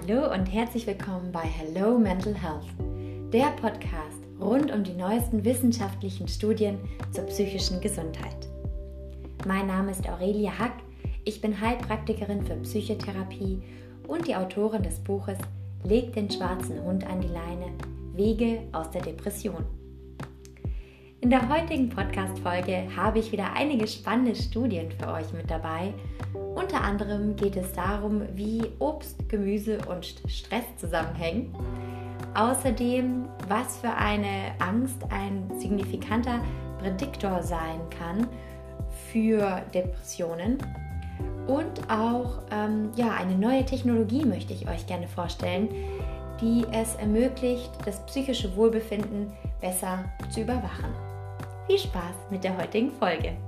Hallo und herzlich willkommen bei Hello Mental Health, der Podcast rund um die neuesten wissenschaftlichen Studien zur psychischen Gesundheit. Mein Name ist Aurelia Hack, ich bin Heilpraktikerin für Psychotherapie und die Autorin des Buches Leg den schwarzen Hund an die Leine, Wege aus der Depression. In der heutigen Podcast-Folge habe ich wieder einige spannende Studien für euch mit dabei. Unter anderem geht es darum, wie Obst, Gemüse und Stress zusammenhängen. Außerdem, was für eine Angst ein signifikanter Prädiktor sein kann für Depressionen. Und auch eine neue Technologie möchte ich euch gerne vorstellen, die es ermöglicht, das psychische Wohlbefinden besser zu überwachen. Viel Spaß mit der heutigen Folge!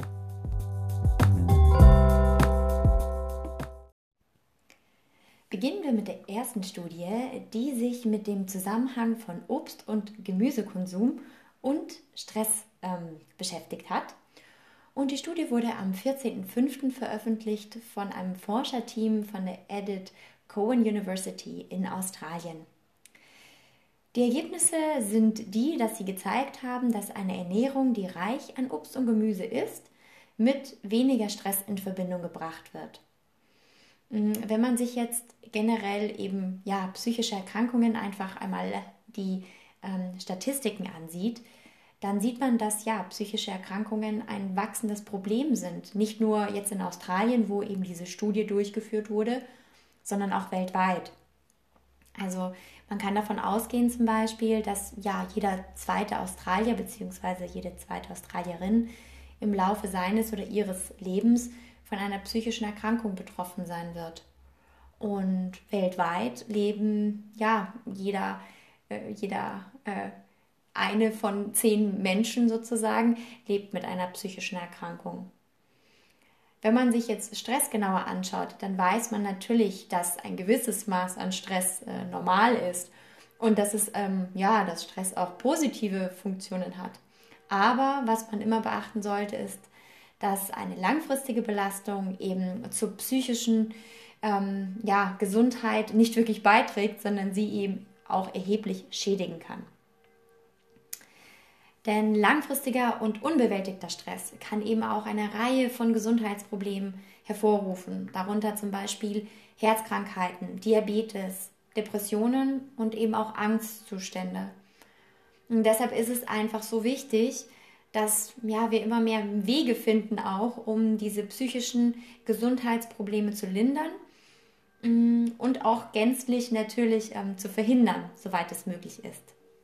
Beginnen wir mit der ersten Studie, die sich mit dem Zusammenhang von Obst- und Gemüsekonsum und Stress beschäftigt hat. Und die Studie wurde am 14.05. veröffentlicht von einem Forscherteam von der Edith Cowan University in Australien. Die Ergebnisse sind die, dass sie gezeigt haben, dass eine Ernährung, die reich an Obst und Gemüse ist, mit weniger Stress in Verbindung gebracht wird. Wenn man sich jetzt generell eben psychische Erkrankungen einfach einmal die Statistiken ansieht, dann sieht man, dass psychische Erkrankungen ein wachsendes Problem sind. Nicht nur jetzt in Australien, wo eben diese Studie durchgeführt wurde, sondern auch weltweit. Also man kann davon ausgehen zum Beispiel, dass jeder zweite Australier bzw. jede zweite Australierin im Laufe seines oder ihres Lebens von einer psychischen Erkrankung betroffen sein wird. Und weltweit leben jeder eine von 10 Menschen sozusagen lebt mit einer psychischen Erkrankung. Wenn man sich jetzt Stress genauer anschaut, dann weiß man natürlich, dass ein gewisses Maß an Stress normal ist und dass dass Stress auch positive Funktionen hat. Aber was man immer beachten sollte, ist, dass eine langfristige Belastung eben zur psychischen Gesundheit nicht wirklich beiträgt, sondern sie eben auch erheblich schädigen kann. Denn langfristiger und unbewältigter Stress kann eben auch eine Reihe von Gesundheitsproblemen hervorrufen, darunter zum Beispiel Herzkrankheiten, Diabetes, Depressionen und eben auch Angstzustände. Und deshalb ist es einfach so wichtig, dass wir immer mehr Wege finden, auch um diese psychischen Gesundheitsprobleme zu lindern und auch gänzlich natürlich zu verhindern, soweit es möglich ist.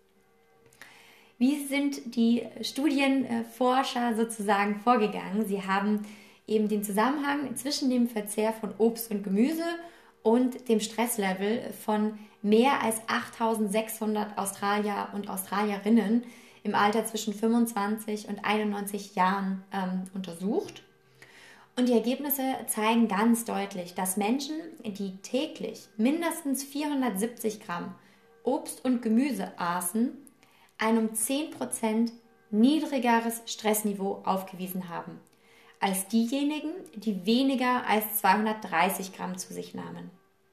Wie sind die Studienforscher sozusagen vorgegangen? Sie haben eben den Zusammenhang zwischen dem Verzehr von Obst und Gemüse und dem Stresslevel von mehr als 8.600 Australier und Australierinnen im Alter zwischen 25 und 91 Jahren untersucht. Und die Ergebnisse zeigen ganz deutlich, dass Menschen, die täglich mindestens 470 Gramm Obst und Gemüse aßen, ein um 10% niedrigeres Stressniveau aufgewiesen haben, als diejenigen, die weniger als 230 Gramm zu sich nahmen.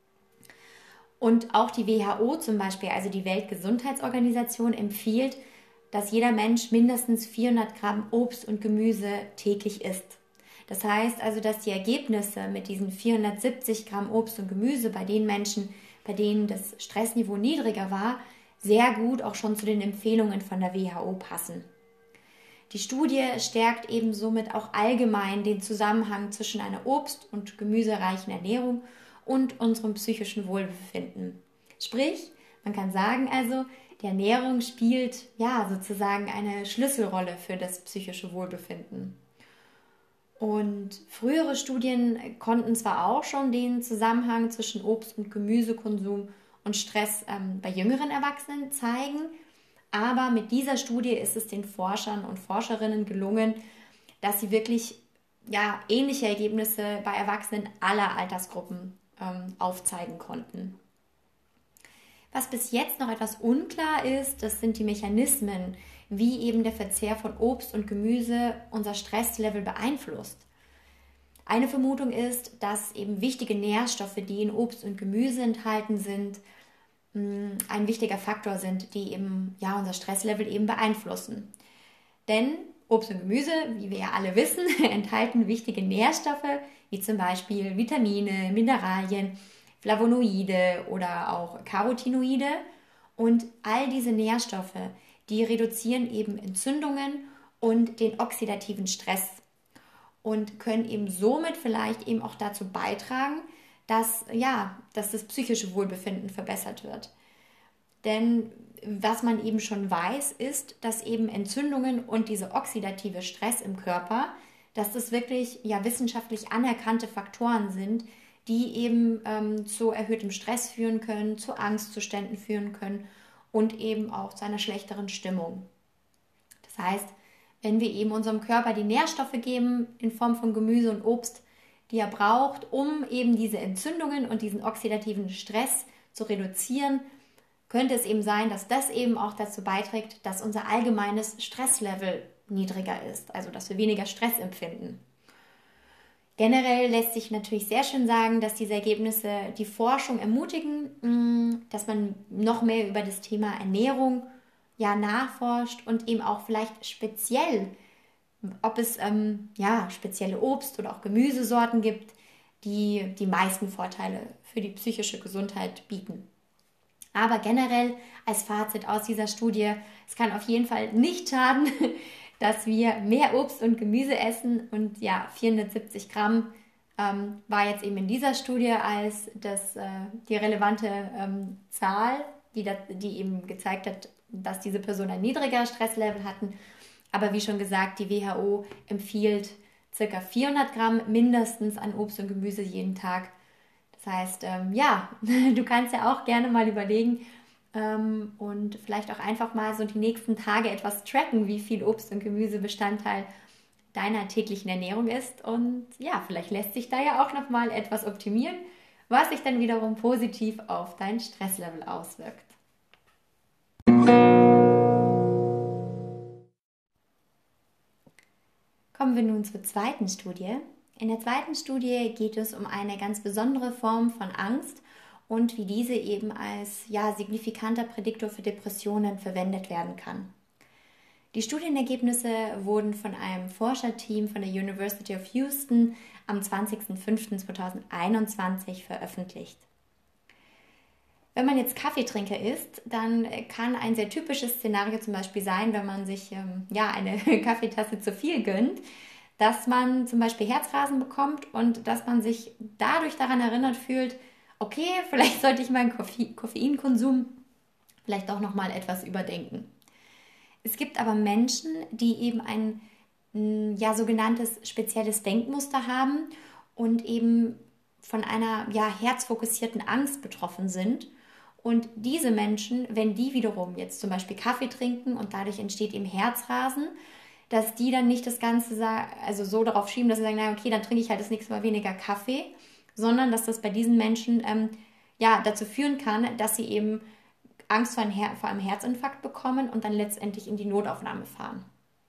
Und auch die WHO zum Beispiel, also die Weltgesundheitsorganisation, empfiehlt, dass jeder Mensch mindestens 400 Gramm Obst und Gemüse täglich isst. Das heißt also, dass die Ergebnisse mit diesen 470 Gramm Obst und Gemüse bei den Menschen, bei denen das Stressniveau niedriger war, sehr gut auch schon zu den Empfehlungen von der WHO passen. Die Studie stärkt eben somit auch allgemein den Zusammenhang zwischen einer obst- und gemüsereichen Ernährung und unserem psychischen Wohlbefinden. Sprich, man kann sagen also, die Ernährung spielt sozusagen eine Schlüsselrolle für das psychische Wohlbefinden. Und frühere Studien konnten zwar auch schon den Zusammenhang zwischen Obst- und Gemüsekonsum und Stress bei jüngeren Erwachsenen zeigen, aber mit dieser Studie ist es den Forschern und Forscherinnen gelungen, dass sie wirklich ähnliche Ergebnisse bei Erwachsenen aller Altersgruppen aufzeigen konnten. Was bis jetzt noch etwas unklar ist, das sind die Mechanismen, wie eben der Verzehr von Obst und Gemüse unser Stresslevel beeinflusst. Eine Vermutung ist, dass eben wichtige Nährstoffe, die in Obst und Gemüse enthalten sind, ein wichtiger Faktor sind, die eben unser Stresslevel eben beeinflussen. Denn Obst und Gemüse, wie wir ja alle wissen, enthalten wichtige Nährstoffe, wie zum Beispiel Vitamine, Mineralien, Flavonoide oder auch Carotinoide. Und all diese Nährstoffe, die reduzieren eben Entzündungen und den oxidativen Stress und können eben somit vielleicht eben auch dazu beitragen, dass das psychische Wohlbefinden verbessert wird. Denn was man eben schon weiß, ist, dass eben Entzündungen und dieser oxidative Stress im Körper, dass das wirklich wissenschaftlich anerkannte Faktoren sind, die eben zu erhöhtem Stress führen können, zu Angstzuständen führen können und eben auch zu einer schlechteren Stimmung. Das heißt, wenn wir eben unserem Körper die Nährstoffe geben in Form von Gemüse und Obst, die er braucht, um eben diese Entzündungen und diesen oxidativen Stress zu reduzieren, könnte es eben sein, dass das eben auch dazu beiträgt, dass unser allgemeines Stresslevel niedriger ist, also dass wir weniger Stress empfinden. Generell lässt sich natürlich sehr schön sagen, dass diese Ergebnisse die Forschung ermutigen, dass man noch mehr über das Thema Ernährung nachforscht und eben auch vielleicht speziell, ob es spezielle Obst- oder auch Gemüsesorten gibt, die die meisten Vorteile für die psychische Gesundheit bieten. Aber generell als Fazit aus dieser Studie, es kann auf jeden Fall nicht schaden, dass wir mehr Obst und Gemüse essen und 470 Gramm war jetzt eben in dieser Studie als die relevante Zahl, die eben gezeigt hat, dass diese Personen ein niedrigeres Stresslevel hatten. Aber wie schon gesagt, die WHO empfiehlt ca. 400 Gramm mindestens an Obst und Gemüse jeden Tag. Das heißt, du kannst ja auch gerne mal überlegen und vielleicht auch einfach mal so die nächsten Tage etwas tracken, wie viel Obst und Gemüse Bestandteil deiner täglichen Ernährung ist. Und vielleicht lässt sich da ja auch nochmal etwas optimieren, was sich dann wiederum positiv auf dein Stresslevel auswirkt. Kommen wir nun zur zweiten Studie. In der zweiten Studie geht es um eine ganz besondere Form von Angst und wie diese eben als signifikanter Prädiktor für Depressionen verwendet werden kann. Die Studienergebnisse wurden von einem Forscherteam von der University of Houston am 20.05.2021 veröffentlicht. Wenn man jetzt Kaffeetrinker ist, dann kann ein sehr typisches Szenario zum Beispiel sein, wenn man sich eine Kaffeetasse zu viel gönnt, dass man zum Beispiel Herzrasen bekommt und dass man sich dadurch daran erinnert fühlt, okay, vielleicht sollte ich meinen Koffeinkonsum vielleicht doch nochmal etwas überdenken. Es gibt aber Menschen, die eben ein sogenanntes spezielles Denkmuster haben und eben von einer herzfokussierten Angst betroffen sind. Und diese Menschen, wenn die wiederum jetzt zum Beispiel Kaffee trinken und dadurch entsteht eben Herzrasen, dass die dann nicht das Ganze so darauf schieben, dass sie sagen, na okay, dann trinke ich halt das nächste Mal weniger Kaffee, sondern dass das bei diesen Menschen dazu führen kann, dass sie eben Angst vor einem Herzinfarkt bekommen und dann letztendlich in die Notaufnahme fahren.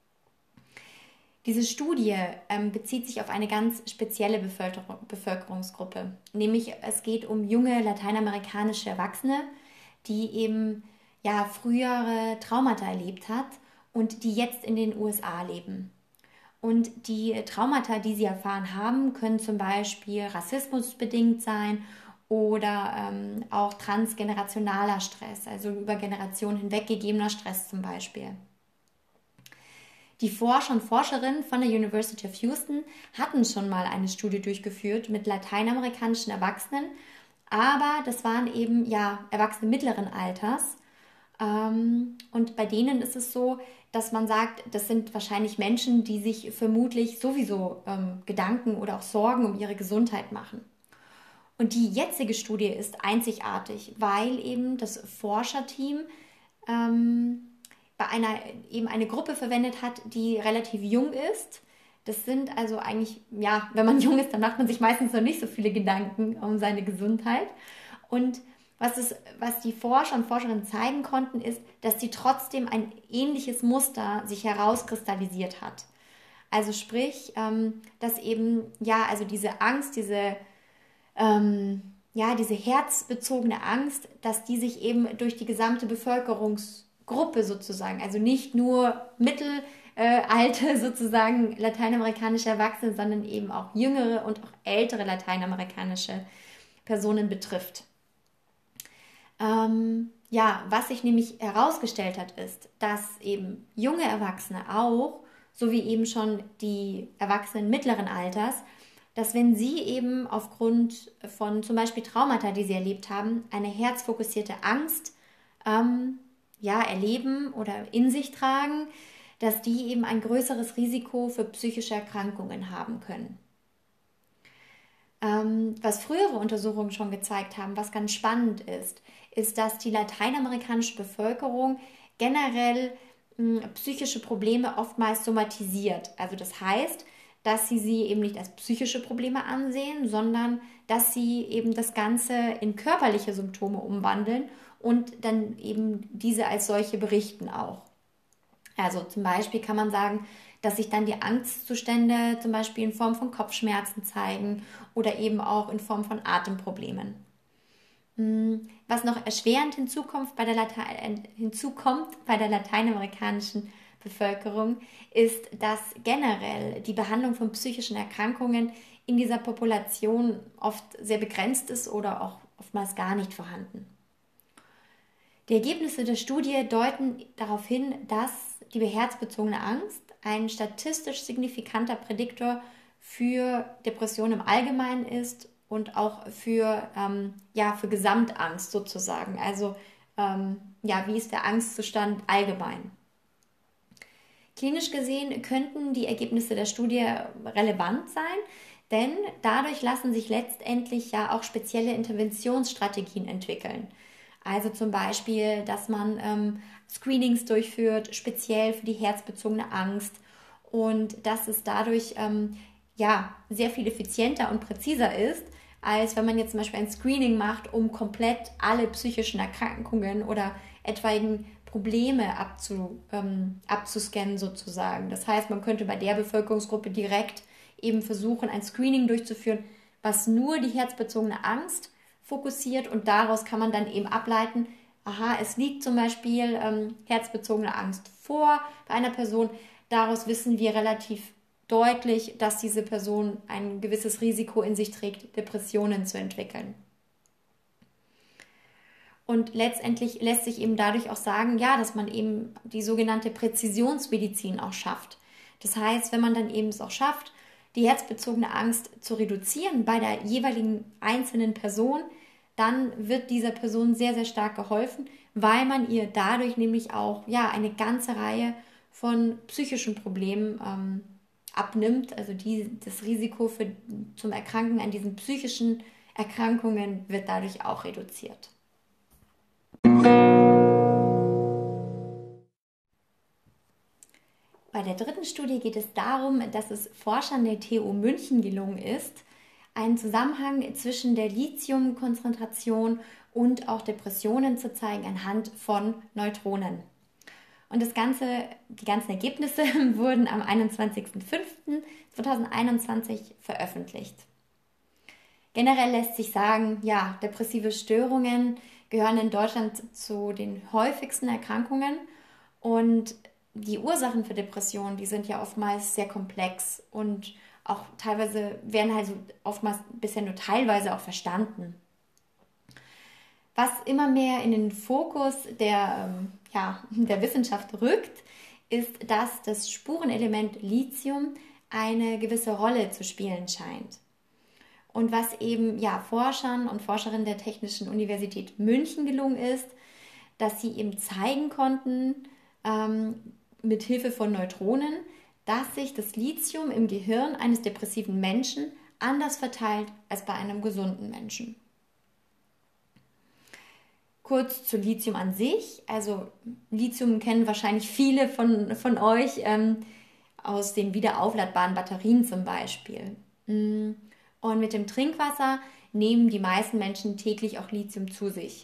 Diese Studie bezieht sich auf eine ganz spezielle Bevölkerungsgruppe, nämlich es geht um junge lateinamerikanische Erwachsene, die eben frühere Traumata erlebt hat und die jetzt in den USA leben. Und die Traumata, die sie erfahren haben, können zum Beispiel rassismusbedingt sein oder auch transgenerationaler Stress, also über Generationen hinweg gegebener Stress zum Beispiel. Die Forscher und Forscherinnen von der University of Houston hatten schon mal eine Studie durchgeführt mit lateinamerikanischen Erwachsenen, aber das waren eben Erwachsene mittleren Alters. Und bei denen ist es so, dass man sagt, das sind wahrscheinlich Menschen, die sich vermutlich sowieso Gedanken oder auch Sorgen um ihre Gesundheit machen. Und die jetzige Studie ist einzigartig, weil eben das Forscherteam eine Gruppe verwendet hat, die relativ jung ist. Das sind also eigentlich, wenn man jung ist, dann macht man sich meistens noch nicht so viele Gedanken um seine Gesundheit. Und was die Forscher und Forscherinnen zeigen konnten, ist, dass die trotzdem ein ähnliches Muster sich herauskristallisiert hat. Also sprich, dass eben, ja, also diese Angst, diese herzbezogene Angst, dass die sich eben durch die gesamte Bevölkerungsgruppe sozusagen, also nicht nur mittelalte sozusagen lateinamerikanische Erwachsene, sondern eben auch jüngere und auch ältere lateinamerikanische Personen betrifft. Was sich nämlich herausgestellt hat, ist, dass eben junge Erwachsene auch, so wie eben schon die Erwachsenen mittleren Alters, dass wenn sie eben aufgrund von zum Beispiel Traumata, die sie erlebt haben, eine herzfokussierte Angst erleben oder in sich tragen, dass die eben ein größeres Risiko für psychische Erkrankungen haben können. Was frühere Untersuchungen schon gezeigt haben, was ganz spannend ist, dass die lateinamerikanische Bevölkerung generell psychische Probleme oftmals somatisiert. Also das heißt, dass sie eben nicht als psychische Probleme ansehen, sondern dass sie eben das Ganze in körperliche Symptome umwandeln und dann eben diese als solche berichten auch. Also zum Beispiel kann man sagen, dass sich dann die Angstzustände zum Beispiel in Form von Kopfschmerzen zeigen oder eben auch in Form von Atemproblemen. Was noch erschwerend hinzukommt bei der lateinamerikanischen Bevölkerung, ist, dass generell die Behandlung von psychischen Erkrankungen in dieser Population oft sehr begrenzt ist oder auch oftmals gar nicht vorhanden. Die Ergebnisse der Studie deuten darauf hin, dass die herzbezogene Angst ein statistisch signifikanter Prädiktor für Depressionen im Allgemeinen ist und auch für Gesamtangst sozusagen. Also wie ist der Angstzustand allgemein? Klinisch gesehen könnten die Ergebnisse der Studie relevant sein, denn dadurch lassen sich letztendlich ja auch spezielle Interventionsstrategien entwickeln. Also zum Beispiel, dass man Screenings durchführt, speziell für die herzbezogene Angst, und dass es dadurch sehr viel effizienter und präziser ist, als wenn man jetzt zum Beispiel ein Screening macht, um komplett alle psychischen Erkrankungen oder etwaigen Probleme abzuscannen sozusagen. Das heißt, man könnte bei der Bevölkerungsgruppe direkt eben versuchen, ein Screening durchzuführen, was nur die herzbezogene Angst fokussiert, und daraus kann man dann eben ableiten, aha, es liegt zum Beispiel herzbezogene Angst vor bei einer Person. Daraus wissen wir relativ deutlich, dass diese Person ein gewisses Risiko in sich trägt, Depressionen zu entwickeln. Und letztendlich lässt sich eben dadurch auch sagen, ja, dass man eben die sogenannte Präzisionsmedizin auch schafft. Das heißt, wenn man dann eben es auch schafft, die herzbezogene Angst zu reduzieren bei der jeweiligen einzelnen Person, dann wird dieser Person sehr, sehr stark geholfen, weil man ihr dadurch nämlich auch eine ganze Reihe von psychischen Problemen abnimmt. Also das Risiko zum Erkranken an diesen psychischen Erkrankungen wird dadurch auch reduziert. Bei der dritten Studie geht es darum, dass es Forschern der TU München gelungen ist, einen Zusammenhang zwischen der Lithiumkonzentration und auch Depressionen zu zeigen anhand von Neutronen. Und die ganzen Ergebnisse wurden am 21.05.2021 veröffentlicht. Generell lässt sich sagen, depressive Störungen gehören in Deutschland zu den häufigsten Erkrankungen, und die Ursachen für Depressionen, die sind ja oftmals sehr komplex und auch teilweise werden halt oftmals bisher nur teilweise auch verstanden. Was immer mehr in den Fokus der Wissenschaft rückt, ist, dass das Spurenelement Lithium eine gewisse Rolle zu spielen scheint. Und was eben Forschern und Forscherinnen der Technischen Universität München gelungen ist, dass sie eben zeigen konnten, mit Hilfe von Neutronen, dass sich das Lithium im Gehirn eines depressiven Menschen anders verteilt als bei einem gesunden Menschen. Kurz zu Lithium an sich. Also Lithium kennen wahrscheinlich viele von euch aus den wiederaufladbaren Batterien zum Beispiel. Und mit dem Trinkwasser nehmen die meisten Menschen täglich auch Lithium zu sich.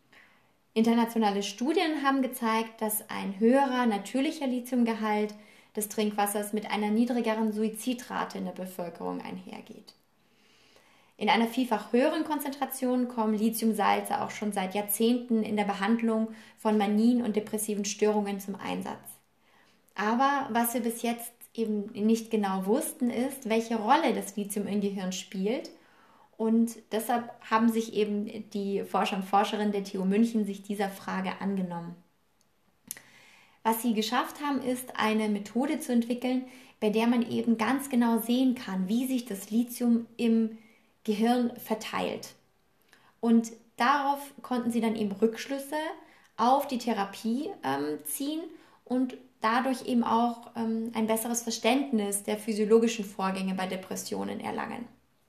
Internationale Studien haben gezeigt, dass ein höherer natürlicher Lithiumgehalt des Trinkwassers mit einer niedrigeren Suizidrate in der Bevölkerung einhergeht. In einer vielfach höheren Konzentration kommen Lithiumsalze auch schon seit Jahrzehnten in der Behandlung von Manien und depressiven Störungen zum Einsatz. Aber was wir bis jetzt eben nicht genau wussten, ist, welche Rolle das Lithium im Gehirn spielt. Und deshalb haben sich eben die Forscher und Forscherinnen der TU München sich dieser Frage angenommen. Was sie geschafft haben, ist eine Methode zu entwickeln, bei der man eben ganz genau sehen kann, wie sich das Lithium im Gehirn verteilt. Und darauf konnten sie dann eben Rückschlüsse auf die Therapie ziehen und dadurch eben auch ein besseres Verständnis der physiologischen Vorgänge bei Depressionen erlangen.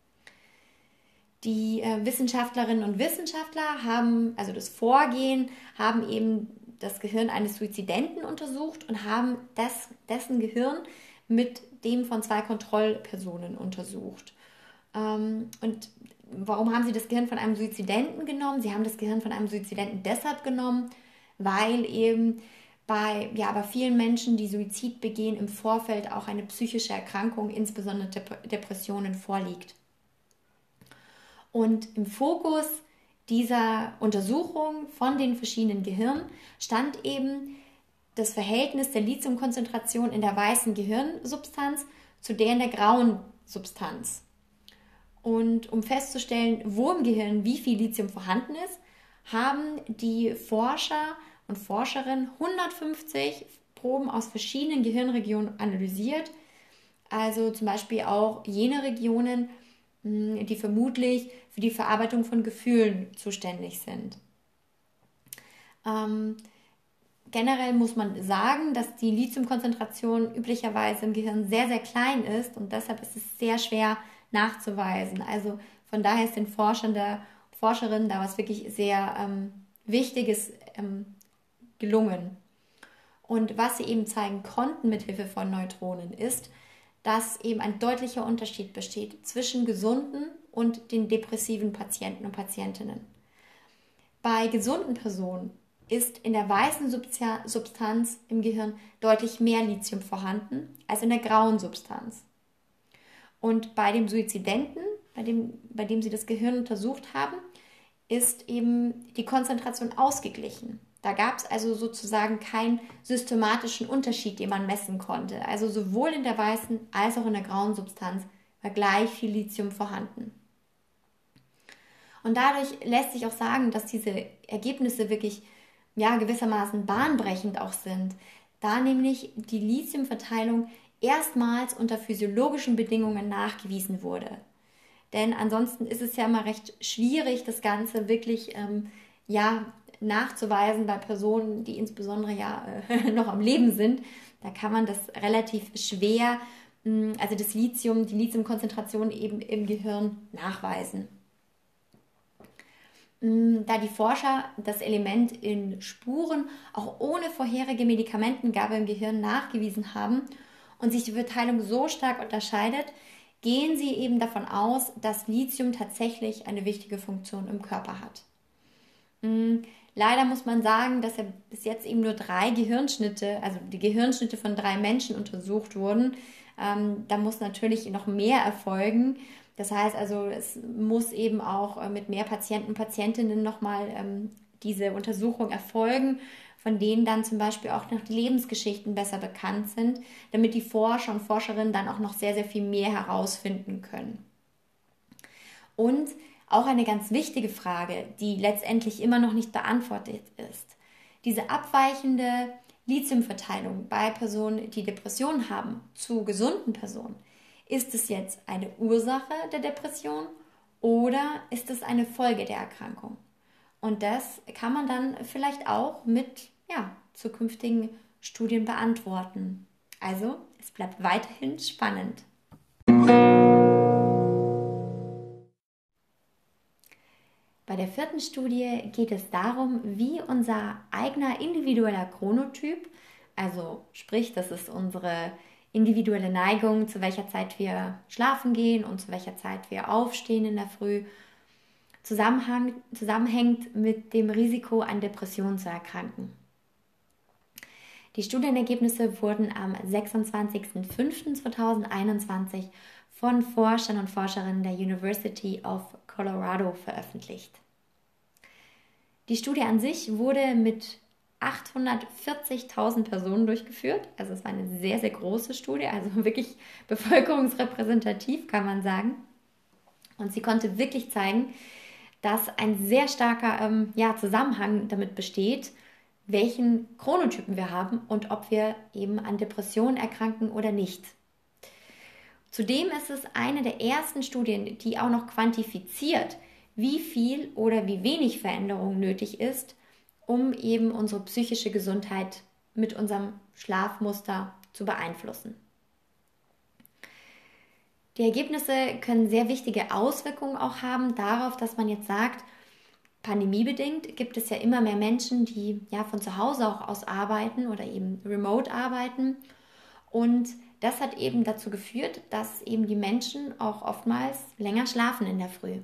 Die Wissenschaftlerinnen und Wissenschaftler haben, also das Vorgehen, haben eben das Gehirn eines Suizidenten untersucht und haben dessen Gehirn mit dem von 2 Kontrollpersonen untersucht. Und warum haben sie das Gehirn von einem Suizidenten genommen? Sie haben das Gehirn von einem Suizidenten deshalb genommen, weil eben bei vielen Menschen, die Suizid begehen, im Vorfeld auch eine psychische Erkrankung, insbesondere Depressionen, vorliegt. Und im Fokus dieser Untersuchung von den verschiedenen Gehirnen stand eben das Verhältnis der Lithiumkonzentration in der weißen Gehirnsubstanz zu der in der grauen Substanz. Und um festzustellen, wo im Gehirn wie viel Lithium vorhanden ist, haben die Forscher und Forscherinnen 150 Proben aus verschiedenen Gehirnregionen analysiert. Also zum Beispiel auch jene Regionen, die vermutlich für die Verarbeitung von Gefühlen zuständig sind. Generell muss man sagen, dass die Lithiumkonzentration üblicherweise im Gehirn sehr, sehr klein ist und deshalb ist es sehr schwer nachzuweisen. Also von daher ist den Forschern der Forscherinnen da was wirklich sehr Wichtiges gelungen. Und was sie eben zeigen konnten mit Hilfe von Neutronen ist, dass eben ein deutlicher Unterschied besteht zwischen gesunden und den depressiven Patienten und Patientinnen. Bei gesunden Personen ist in der weißen Substanz im Gehirn deutlich mehr Lithium vorhanden als in der grauen Substanz. Und bei dem Suizidenten, bei dem sie das Gehirn untersucht haben, ist eben die Konzentration ausgeglichen. Da gab es also sozusagen keinen systematischen Unterschied, den man messen konnte. Also sowohl in der weißen als auch in der grauen Substanz war gleich viel Lithium vorhanden. Und dadurch lässt sich auch sagen, dass diese Ergebnisse wirklich gewissermaßen bahnbrechend auch sind, da nämlich die Lithiumverteilung erstmals unter physiologischen Bedingungen nachgewiesen wurde. Denn ansonsten ist es ja immer recht schwierig, das Ganze wirklich nachzuweisen bei Personen, die insbesondere noch am Leben sind. Da kann man das relativ schwer, also die Lithiumkonzentration eben im Gehirn nachweisen. Da die Forscher das Element in Spuren auch ohne vorherige Medikamentengabe im Gehirn nachgewiesen haben und sich die Verteilung so stark unterscheidet, gehen sie eben davon aus, dass Lithium tatsächlich eine wichtige Funktion im Körper hat. Leider muss man sagen, dass ja bis jetzt eben nur 3 Gehirnschnitte, also die Gehirnschnitte von 3 Menschen untersucht wurden. Da muss natürlich noch mehr erfolgen. Das heißt also, es muss eben auch mit mehr Patienten und Patientinnen nochmal diese Untersuchung erfolgen, von denen dann zum Beispiel auch noch die Lebensgeschichten besser bekannt sind, damit die Forscher und Forscherinnen dann auch noch sehr, sehr viel mehr herausfinden können. Und auch eine ganz wichtige Frage, die letztendlich immer noch nicht beantwortet ist. Diese abweichende Lithiumverteilung bei Personen, die Depressionen haben, zu gesunden Personen. Ist es jetzt eine Ursache der Depression oder ist es eine Folge der Erkrankung? Und das kann man dann vielleicht auch mit zukünftigen Studien beantworten. Also, es bleibt weiterhin spannend. Bei der 4. Studie geht es darum, wie unser eigener individueller Chronotyp, also sprich, das ist unsere individuelle Neigung, zu welcher Zeit wir schlafen gehen und zu welcher Zeit wir aufstehen in der Früh, zusammenhängt mit dem Risiko, an Depressionen zu erkranken. Die Studienergebnisse wurden am 26.05.2021 von Forschern und Forscherinnen der University of Colorado veröffentlicht. Die Studie an sich wurde mit 840.000 Personen durchgeführt. Also es war eine sehr, sehr große Studie, also wirklich bevölkerungsrepräsentativ, kann man sagen. Und sie konnte wirklich zeigen, dass ein sehr starker Zusammenhang damit besteht, welchen Chronotypen wir haben und ob wir eben an Depressionen erkranken oder nicht. Zudem ist es eine der ersten Studien, die auch noch quantifiziert, wie viel oder wie wenig Veränderung nötig ist, um eben unsere psychische Gesundheit mit unserem Schlafmuster zu beeinflussen. Die Ergebnisse können sehr wichtige Auswirkungen auch haben darauf, dass man jetzt sagt, pandemiebedingt gibt es ja immer mehr Menschen, die ja von zu Hause auch aus arbeiten oder eben remote arbeiten. Und das hat eben dazu geführt, dass eben die Menschen auch oftmals länger schlafen in der Früh.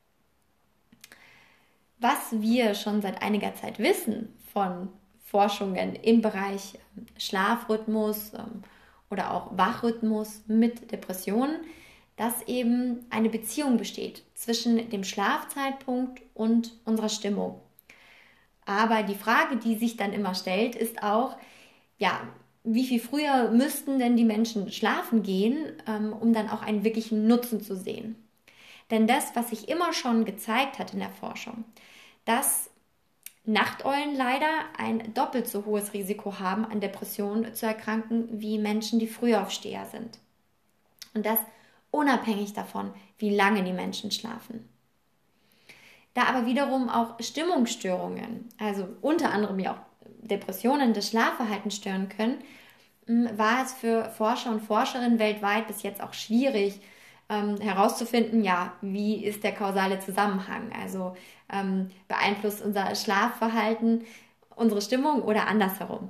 Was wir schon seit einiger Zeit wissen von Forschungen im Bereich Schlafrhythmus oder auch Wachrhythmus mit Depressionen, dass eben eine Beziehung besteht zwischen dem Schlafzeitpunkt und unserer Stimmung. Aber die Frage, die sich dann immer stellt, ist auch, ja, wie viel früher müssten denn die Menschen schlafen gehen, um dann auch einen wirklichen Nutzen zu sehen? Denn das, was sich immer schon gezeigt hat in der Forschung, dass Nachteulen leider ein doppelt so hohes Risiko haben, an Depressionen zu erkranken, wie Menschen, die Frühaufsteher sind. Und das unabhängig davon, wie lange die Menschen schlafen. Da aber wiederum auch Stimmungsstörungen, also unter anderem ja auch Depressionen, das Schlafverhalten stören können, war es für Forscher und Forscherinnen weltweit bis jetzt auch schwierig herauszufinden, ja, wie ist der kausale Zusammenhang? Also beeinflusst unser Schlafverhalten unsere Stimmung oder andersherum?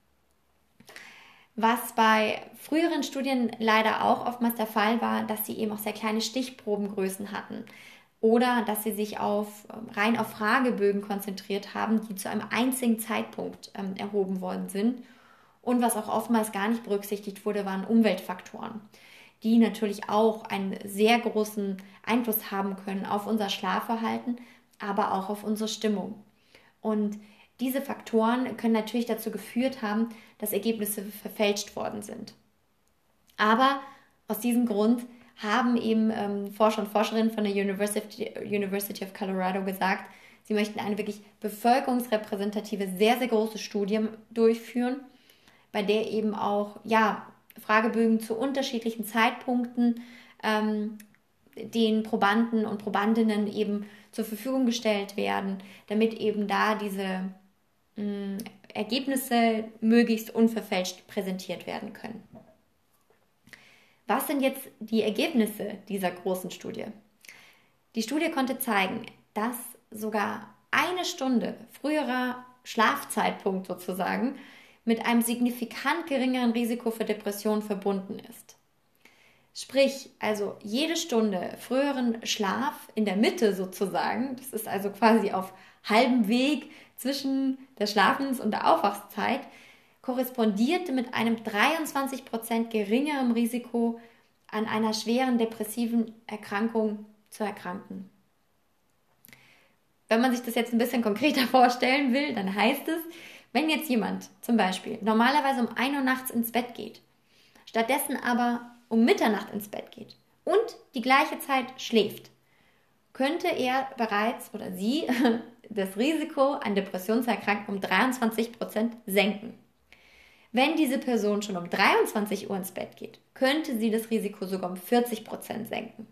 Was bei früheren Studien leider auch oftmals der Fall war, dass sie eben auch sehr kleine Stichprobengrößen hatten oder dass sie sich rein auf Fragebögen konzentriert haben, die zu einem einzigen Zeitpunkt erhoben worden sind. Und was auch oftmals gar nicht berücksichtigt wurde, waren Umweltfaktoren, die natürlich auch einen sehr großen Einfluss haben können auf unser Schlafverhalten, aber auch auf unsere Stimmung. Und diese Faktoren können natürlich dazu geführt haben, dass Ergebnisse verfälscht worden sind. Aber aus diesem Grund haben eben Forscher und Forscherinnen von der University of Colorado gesagt, sie möchten eine wirklich bevölkerungsrepräsentative, sehr, sehr große Studie durchführen, bei der eben auch Fragebögen zu unterschiedlichen Zeitpunkten den Probanden und Probandinnen eben zur Verfügung gestellt werden, damit eben da diese Ergebnisse möglichst unverfälscht präsentiert werden können. Was sind jetzt die Ergebnisse dieser großen Studie? Die Studie konnte zeigen, dass sogar eine Stunde früherer Schlafzeitpunkt sozusagen mit einem signifikant geringeren Risiko für Depressionen verbunden ist. Sprich, also jede Stunde früheren Schlaf in der Mitte sozusagen, das ist also quasi auf halbem Weg zwischen der Schlafens- und der Aufwachszeit, korrespondierte mit einem 23% geringeren Risiko an einer schweren depressiven Erkrankung zu erkranken. Wenn man sich das jetzt ein bisschen konkreter vorstellen will, dann heißt es, wenn jetzt jemand zum Beispiel normalerweise um 1 Uhr nachts ins Bett geht, stattdessen aber um Mitternacht ins Bett geht und die gleiche Zeit schläft, könnte er bereits oder sie das Risiko an Depressionen zu erkranken um 23% senken. Wenn diese Person schon um 23 Uhr ins Bett geht, könnte sie das Risiko sogar um 40% senken.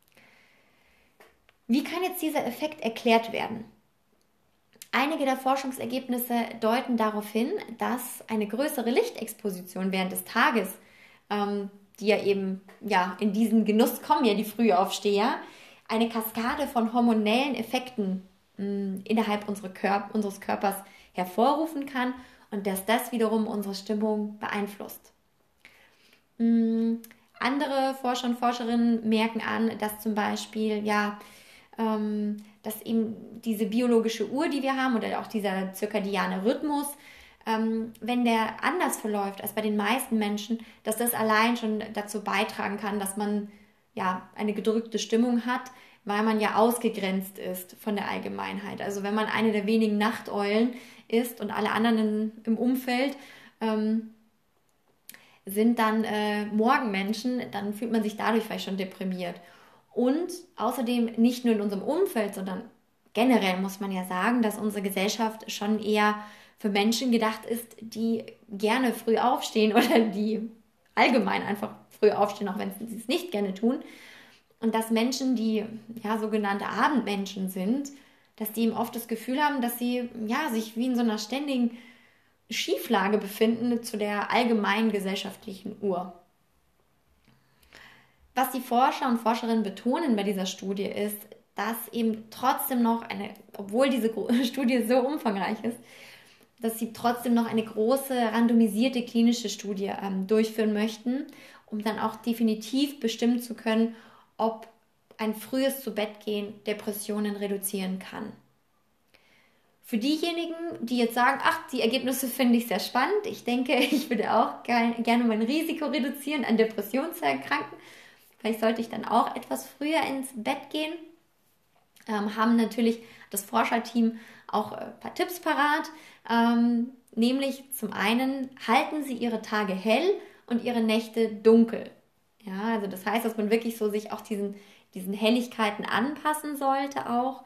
Wie kann jetzt dieser Effekt erklärt werden? Einige der Forschungsergebnisse deuten darauf hin, dass eine größere Lichtexposition während des Tages, die ja eben in diesen Genuss kommen, ja die Frühaufsteher, eine Kaskade von hormonellen Effekten innerhalb unseres Körpers hervorrufen kann und dass das wiederum unsere Stimmung beeinflusst. Andere Forscher und Forscherinnen merken an, dass zum Beispiel dass eben diese biologische Uhr, die wir haben, oder auch dieser zirkadiane Rhythmus, wenn der anders verläuft als bei den meisten Menschen, dass das allein schon dazu beitragen kann, dass man ja eine gedrückte Stimmung hat, weil man ja ausgegrenzt ist von der Allgemeinheit. Also wenn man eine der wenigen Nachteulen ist und alle anderen im Umfeld sind dann Morgenmenschen, dann fühlt man sich dadurch vielleicht schon deprimiert. Und außerdem nicht nur in unserem Umfeld, sondern generell muss man ja sagen, dass unsere Gesellschaft schon eher für Menschen gedacht ist, die gerne früh aufstehen oder die allgemein einfach früh aufstehen, auch wenn sie es nicht gerne tun. Und dass Menschen, die ja sogenannte Abendmenschen sind, dass die eben oft das Gefühl haben, dass sie ja sich wie in so einer ständigen Schieflage befinden zu der allgemeinen gesellschaftlichen Uhr. Was die Forscher und Forscherinnen betonen bei dieser Studie ist, dass eben trotzdem noch obwohl diese Studie so umfangreich ist, dass sie trotzdem noch eine große randomisierte klinische Studie durchführen möchten, um dann auch definitiv bestimmen zu können, ob ein frühes Zubettgehen Depressionen reduzieren kann. Für diejenigen, die jetzt sagen, ach, die Ergebnisse finde ich sehr spannend, ich denke, ich würde auch gerne mein Risiko reduzieren, an Depressionen zu erkranken, vielleicht sollte ich dann auch etwas früher ins Bett gehen, haben natürlich das Forscherteam auch ein paar Tipps parat, nämlich zum einen halten Sie Ihre Tage hell und Ihre Nächte dunkel. Ja, also das heißt, dass man wirklich so sich auch diesen Helligkeiten anpassen sollte auch.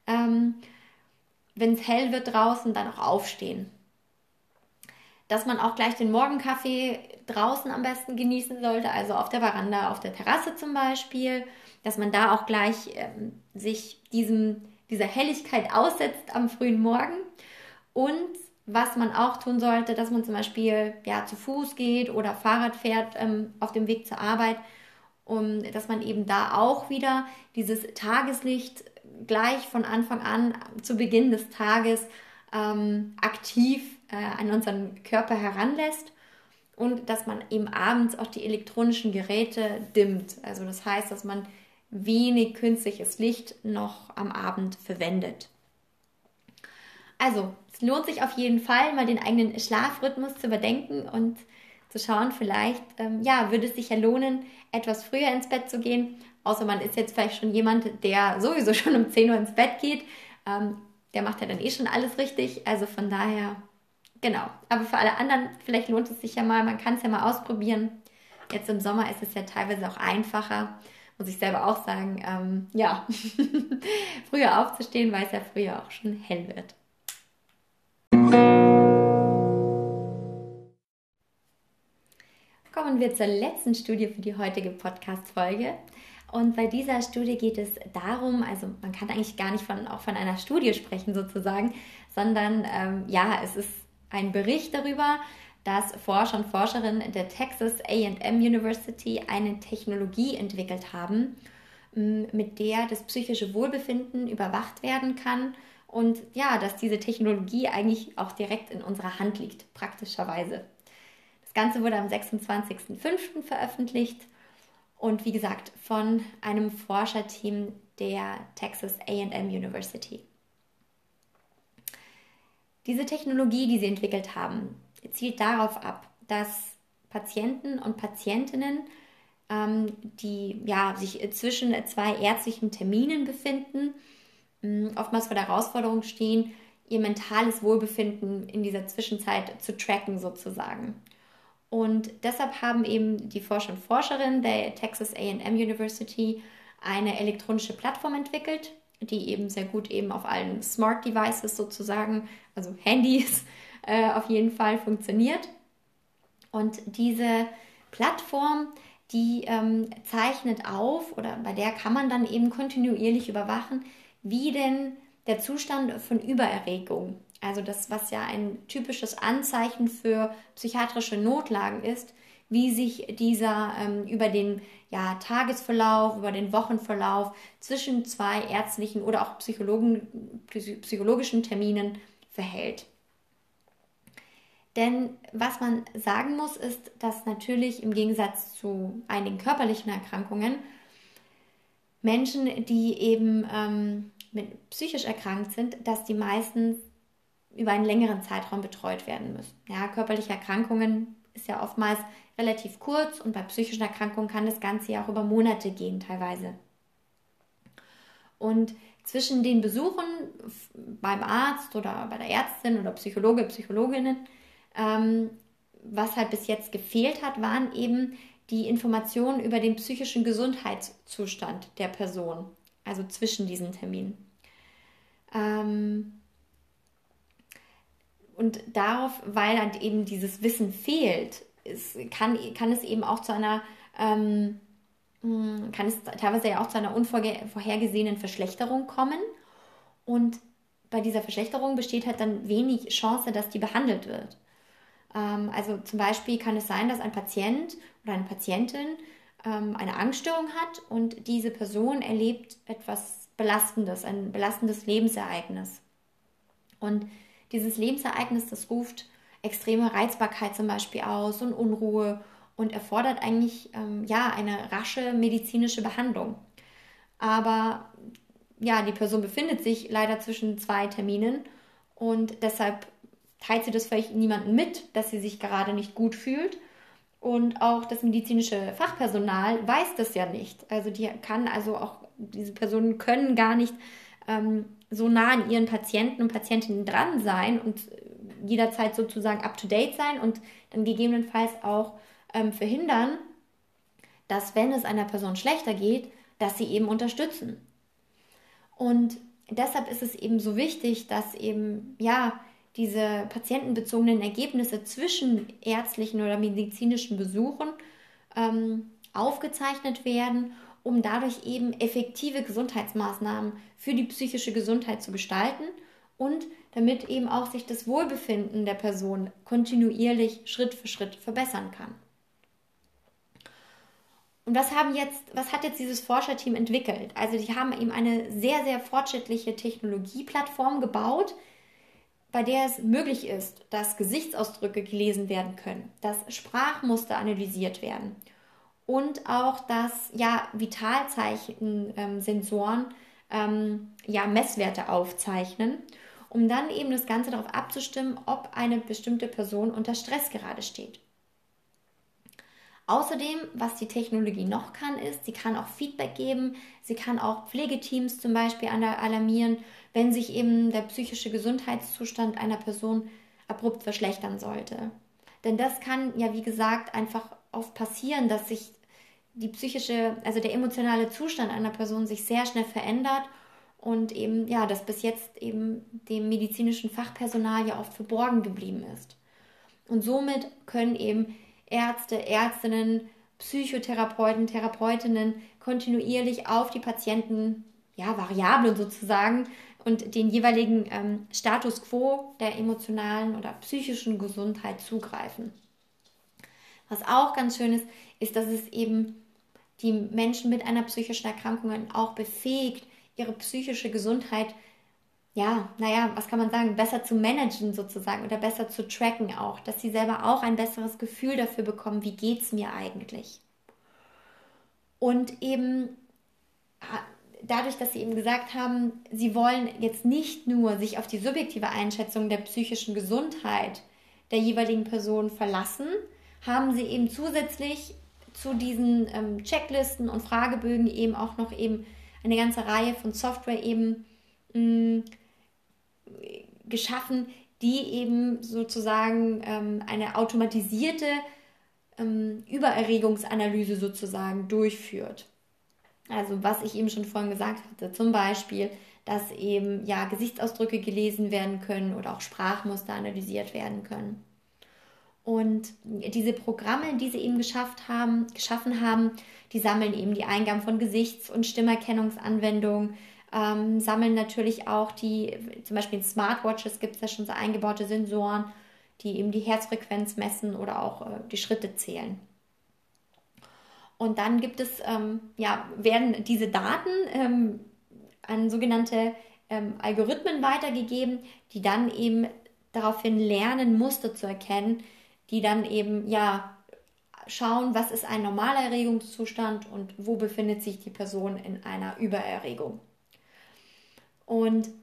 Wenn es hell wird draußen, dann auch aufstehen. Dass man auch gleich den Morgenkaffee draußen am besten genießen sollte, also auf der Veranda, auf der Terrasse zum Beispiel, dass man da auch gleich sich dieser Helligkeit aussetzt am frühen Morgen. Und was man auch tun sollte, dass man zum Beispiel zu Fuß geht oder Fahrrad fährt auf dem Weg zur Arbeit, dass man eben da auch wieder dieses Tageslicht gleich von Anfang an zu Beginn des Tages aktiv an unseren Körper heranlässt und dass man eben abends auch die elektronischen Geräte dimmt. Also das heißt, dass man wenig künstliches Licht noch am Abend verwendet. Also, es lohnt sich auf jeden Fall, mal den eigenen Schlafrhythmus zu überdenken und zu schauen, vielleicht würde es sich ja lohnen, etwas früher ins Bett zu gehen. Außer man ist jetzt vielleicht schon jemand, der sowieso schon um 10 Uhr ins Bett geht. Der macht ja dann schon alles richtig. Also von daher, genau. Aber für alle anderen, vielleicht lohnt es sich ja mal, man kann es ja mal ausprobieren. Jetzt im Sommer ist es ja teilweise auch einfacher, muss ich selber auch sagen, früher aufzustehen, weil es ja früher auch schon hell wird. Kommen wir zur letzten Studie für die heutige Podcast-Folge. Und bei dieser Studie geht es darum, also man kann eigentlich gar nicht von einer Studie sprechen sozusagen, sondern es ist ein Bericht darüber, dass Forscher und Forscherinnen der Texas A&M University eine Technologie entwickelt haben, mit der das psychische Wohlbefinden überwacht werden kann und dass diese Technologie eigentlich auch direkt in unserer Hand liegt, praktischerweise. Das Ganze wurde am 26.05. veröffentlicht und wie gesagt von einem Forscherteam der Texas A&M University. Diese Technologie, die sie entwickelt haben, zielt darauf ab, dass Patienten und Patientinnen, die sich zwischen zwei ärztlichen Terminen befinden, oftmals vor der Herausforderung stehen, ihr mentales Wohlbefinden in dieser Zwischenzeit zu tracken sozusagen. Und deshalb haben eben die Forscher und Forscherinnen der Texas A&M University eine elektronische Plattform entwickelt, die eben sehr gut eben auf allen Smart Devices sozusagen, also Handys, auf jeden Fall funktioniert. Und diese Plattform, die zeichnet auf, oder bei der kann man dann eben kontinuierlich überwachen, wie denn der Zustand von Übererregung, also das, was ja ein typisches Anzeichen für psychiatrische Notlagen ist, wie sich dieser über den Tagesverlauf, über den Wochenverlauf zwischen zwei ärztlichen oder auch psychologischen Terminen verhält. Denn was man sagen muss, ist, dass natürlich im Gegensatz zu einigen körperlichen Erkrankungen Menschen, die eben psychisch erkrankt sind, dass die meistens über einen längeren Zeitraum betreut werden müssen. Ja, körperliche Erkrankungen ist ja oftmals relativ kurz und bei psychischen Erkrankungen kann das Ganze ja auch über Monate gehen teilweise. Und zwischen den Besuchen beim Arzt oder bei der Ärztin oder Psychologe, Psychologinnen, was halt bis jetzt gefehlt hat, waren eben die Informationen über den psychischen Gesundheitszustand der Person, also zwischen diesen Terminen. Und darauf, weil halt eben dieses Wissen fehlt, kann es eben auch zu einer kann es teilweise ja auch zu einer unvorhergesehenen Verschlechterung kommen. Und bei dieser Verschlechterung besteht halt dann wenig Chance, dass die behandelt wird. Also zum Beispiel kann es sein, dass ein Patient oder eine Patientin eine Angststörung hat und diese Person erlebt etwas Belastendes, ein belastendes Lebensereignis. Und dieses Lebensereignis, das ruft extreme Reizbarkeit zum Beispiel aus und Unruhe und erfordert eigentlich eine rasche medizinische Behandlung. Aber ja, die Person befindet sich leider zwischen 2 Terminen und deshalb teilt sie das vielleicht niemandem mit, dass sie sich gerade nicht gut fühlt. Und auch das medizinische Fachpersonal weiß das ja nicht. Also diese Personen können gar nicht so nah an ihren Patienten und Patientinnen dran sein und jederzeit sozusagen up-to-date sein und dann gegebenenfalls auch verhindern, dass, wenn es einer Person schlechter geht, dass sie eben unterstützen. Und deshalb ist es eben so wichtig, dass eben diese patientenbezogenen Ergebnisse zwischen ärztlichen oder medizinischen Besuchen aufgezeichnet werden, um dadurch eben effektive Gesundheitsmaßnahmen für die psychische Gesundheit zu gestalten und damit eben auch sich das Wohlbefinden der Person kontinuierlich Schritt für Schritt verbessern kann. Und was hat jetzt dieses Forscherteam entwickelt? Also die haben eben eine sehr, sehr fortschrittliche Technologieplattform gebaut, bei der es möglich ist, dass Gesichtsausdrücke gelesen werden können, dass Sprachmuster analysiert werden und auch, dass Vitalzeichen-Sensoren Messwerte aufzeichnen, um dann eben das Ganze darauf abzustimmen, ob eine bestimmte Person unter Stress gerade steht. Außerdem, was die Technologie noch kann, ist, sie kann auch Feedback geben, sie kann auch Pflegeteams zum Beispiel alarmieren, wenn sich eben der psychische Gesundheitszustand einer Person abrupt verschlechtern sollte. Denn das kann ja, wie gesagt, einfach oft passieren, dass sich der emotionale Zustand einer Person sich sehr schnell verändert und eben, das bis jetzt eben dem medizinischen Fachpersonal ja oft verborgen geblieben ist. Und somit können eben Ärzte, Ärztinnen, Psychotherapeuten, Therapeutinnen kontinuierlich auf die Patienten, Variablen sozusagen und den jeweiligen Status quo der emotionalen oder psychischen Gesundheit zugreifen. Was auch ganz schön ist, dass es eben die Menschen mit einer psychischen Erkrankung auch befähigt, ihre psychische Gesundheit was kann man sagen, besser zu managen sozusagen oder besser zu tracken auch, dass sie selber auch ein besseres Gefühl dafür bekommen, wie geht es mir eigentlich. Und eben dadurch, dass sie eben gesagt haben, sie wollen jetzt nicht nur sich auf die subjektive Einschätzung der psychischen Gesundheit der jeweiligen Person verlassen, haben sie eben zusätzlich zu diesen Checklisten und Fragebögen eben auch noch eben eine ganze Reihe von Software eben geschaffen, die eben sozusagen eine automatisierte Übererregungsanalyse sozusagen durchführt. Also was ich eben schon vorhin gesagt hatte, zum Beispiel, dass eben Gesichtsausdrücke gelesen werden können oder auch Sprachmuster analysiert werden können. Und diese Programme, die sie eben geschaffen haben, die sammeln eben die Eingaben von Gesichts- und Stimmerkennungsanwendungen, sammeln natürlich auch zum Beispiel in Smartwatches gibt es ja schon so eingebaute Sensoren, die eben die Herzfrequenz messen oder auch die Schritte zählen. Und dann werden diese Daten an sogenannte Algorithmen weitergegeben, die dann eben daraufhin lernen, Muster zu erkennen, die dann eben schauen, was ist ein normaler Erregungszustand und wo befindet sich die Person in einer Übererregung. Und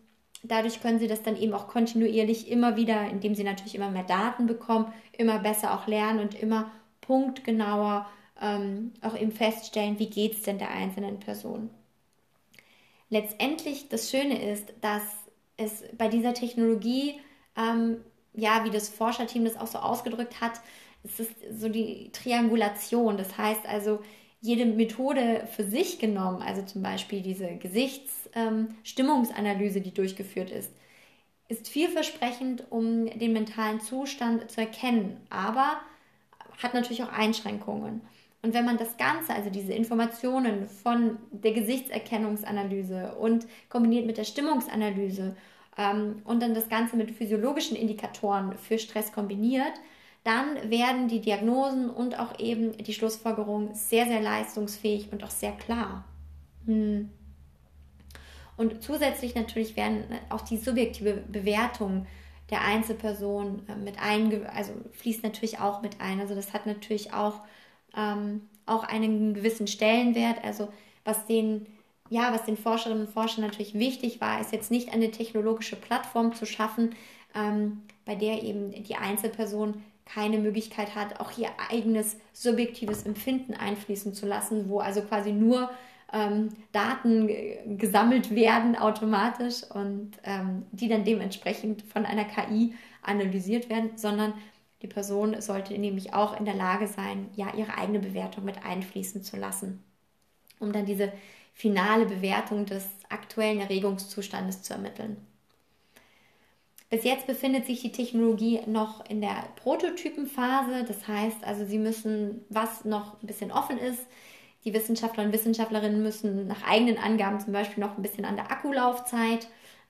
dadurch können sie das dann eben auch kontinuierlich immer wieder, indem sie natürlich immer mehr Daten bekommen, immer besser auch lernen und immer punktgenauer auch eben feststellen, wie geht es denn der einzelnen Person. Letztendlich das Schöne ist, dass es bei dieser Technologie, wie das Forscherteam das auch so ausgedrückt hat, es ist so die Triangulation. Das heißt also, jede Methode für sich genommen, also zum Beispiel diese Gesichtsstimmungsanalyse, die durchgeführt ist vielversprechend, um den mentalen Zustand zu erkennen, aber hat natürlich auch Einschränkungen. Und wenn man das Ganze, also diese Informationen von der Gesichtserkennungsanalyse und kombiniert mit der Stimmungsanalyse und dann das Ganze mit physiologischen Indikatoren für Stress kombiniert, dann werden die Diagnosen und auch eben die Schlussfolgerungen sehr, sehr leistungsfähig und auch sehr klar. Und zusätzlich natürlich werden auch die subjektive Bewertung der Einzelperson fließt natürlich auch mit ein. Also das hat natürlich auch einen gewissen Stellenwert. Also was den Forscherinnen und Forschern natürlich wichtig war, ist jetzt nicht eine technologische Plattform zu schaffen, bei der eben die Einzelperson keine Möglichkeit hat, auch ihr eigenes subjektives Empfinden einfließen zu lassen, wo also quasi nur Daten gesammelt werden automatisch und die dann dementsprechend von einer KI analysiert werden, sondern die Person sollte nämlich auch in der Lage sein, ihre eigene Bewertung mit einfließen zu lassen, um dann diese finale Bewertung des aktuellen Erregungszustandes zu ermitteln. Bis jetzt befindet sich die Technologie noch in der Prototypenphase. Das heißt, also was noch ein bisschen offen ist, die Wissenschaftler und Wissenschaftlerinnen müssen nach eigenen Angaben zum Beispiel noch ein bisschen an der Akkulaufzeit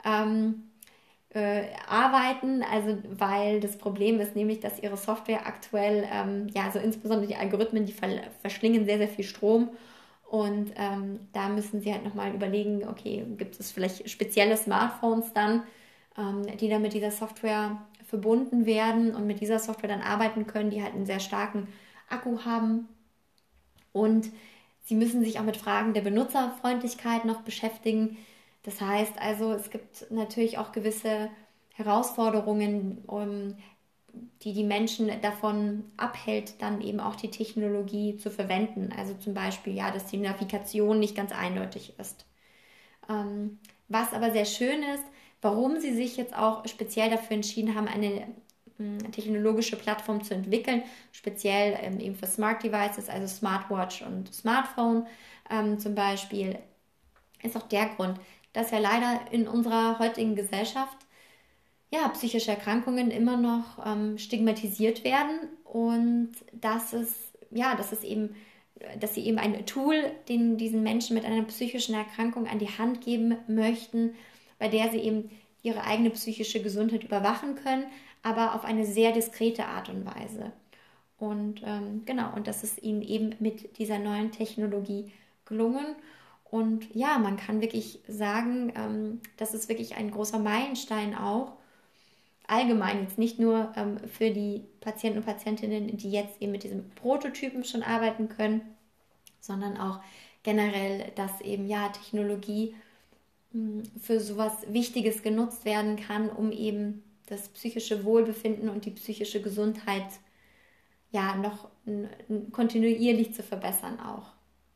arbeiten, also weil das Problem ist nämlich, dass ihre Software aktuell, so insbesondere die Algorithmen, die verschlingen sehr, sehr viel Strom und da müssen sie halt nochmal überlegen, okay, gibt es vielleicht spezielle Smartphones dann, die dann mit dieser Software verbunden werden und mit dieser Software dann arbeiten können, die halt einen sehr starken Akku haben. Und sie müssen sich auch mit Fragen der Benutzerfreundlichkeit noch beschäftigen. Das heißt also, es gibt natürlich auch gewisse Herausforderungen, die Menschen davon abhält, dann eben auch die Technologie zu verwenden. Also zum Beispiel, dass die Navigation nicht ganz eindeutig ist. Was aber sehr schön ist, warum sie sich jetzt auch speziell dafür entschieden haben, eine technologische Plattform zu entwickeln, speziell eben für Smart Devices, also Smartwatch und Smartphone zum Beispiel, ist auch der Grund, dass ja leider in unserer heutigen Gesellschaft psychische Erkrankungen immer noch stigmatisiert werden und dass sie eben ein Tool diesen Menschen mit einer psychischen Erkrankung an die Hand geben möchten, bei der sie eben ihre eigene psychische Gesundheit überwachen können, aber auf eine sehr diskrete Art und Weise. Und und das ist ihnen eben mit dieser neuen Technologie gelungen. Und man kann wirklich sagen, das ist wirklich ein großer Meilenstein auch, allgemein jetzt nicht nur für die Patienten und Patientinnen, die jetzt eben mit diesem Prototypen schon arbeiten können, sondern auch generell, dass eben Technologie für sowas Wichtiges genutzt werden kann, um eben das psychische Wohlbefinden und die psychische Gesundheit noch kontinuierlich zu verbessern auch.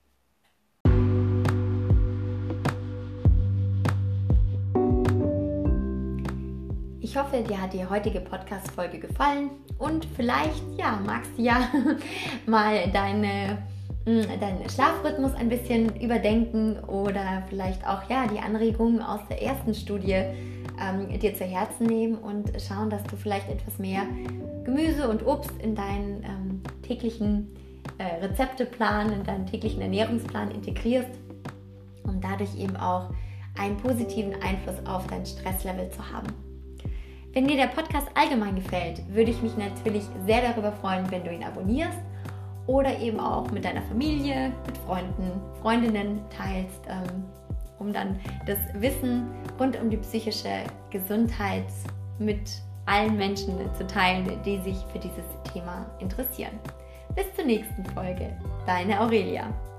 Ich hoffe, dir hat die heutige Podcast-Folge gefallen und vielleicht magst du mal deinen Schlafrhythmus ein bisschen überdenken oder vielleicht auch die Anregungen aus der ersten Studie dir zu Herzen nehmen und schauen, dass du vielleicht etwas mehr Gemüse und Obst in deinen täglichen Rezepteplan, in deinen täglichen Ernährungsplan integrierst, um dadurch eben auch einen positiven Einfluss auf dein Stresslevel zu haben. Wenn dir der Podcast allgemein gefällt, würde ich mich natürlich sehr darüber freuen, wenn du ihn abonnierst oder eben auch mit deiner Familie, mit Freunden, Freundinnen teilst, um dann das Wissen rund um die psychische Gesundheit mit allen Menschen zu teilen, die sich für dieses Thema interessieren. Bis zur nächsten Folge. Deine Aurelia.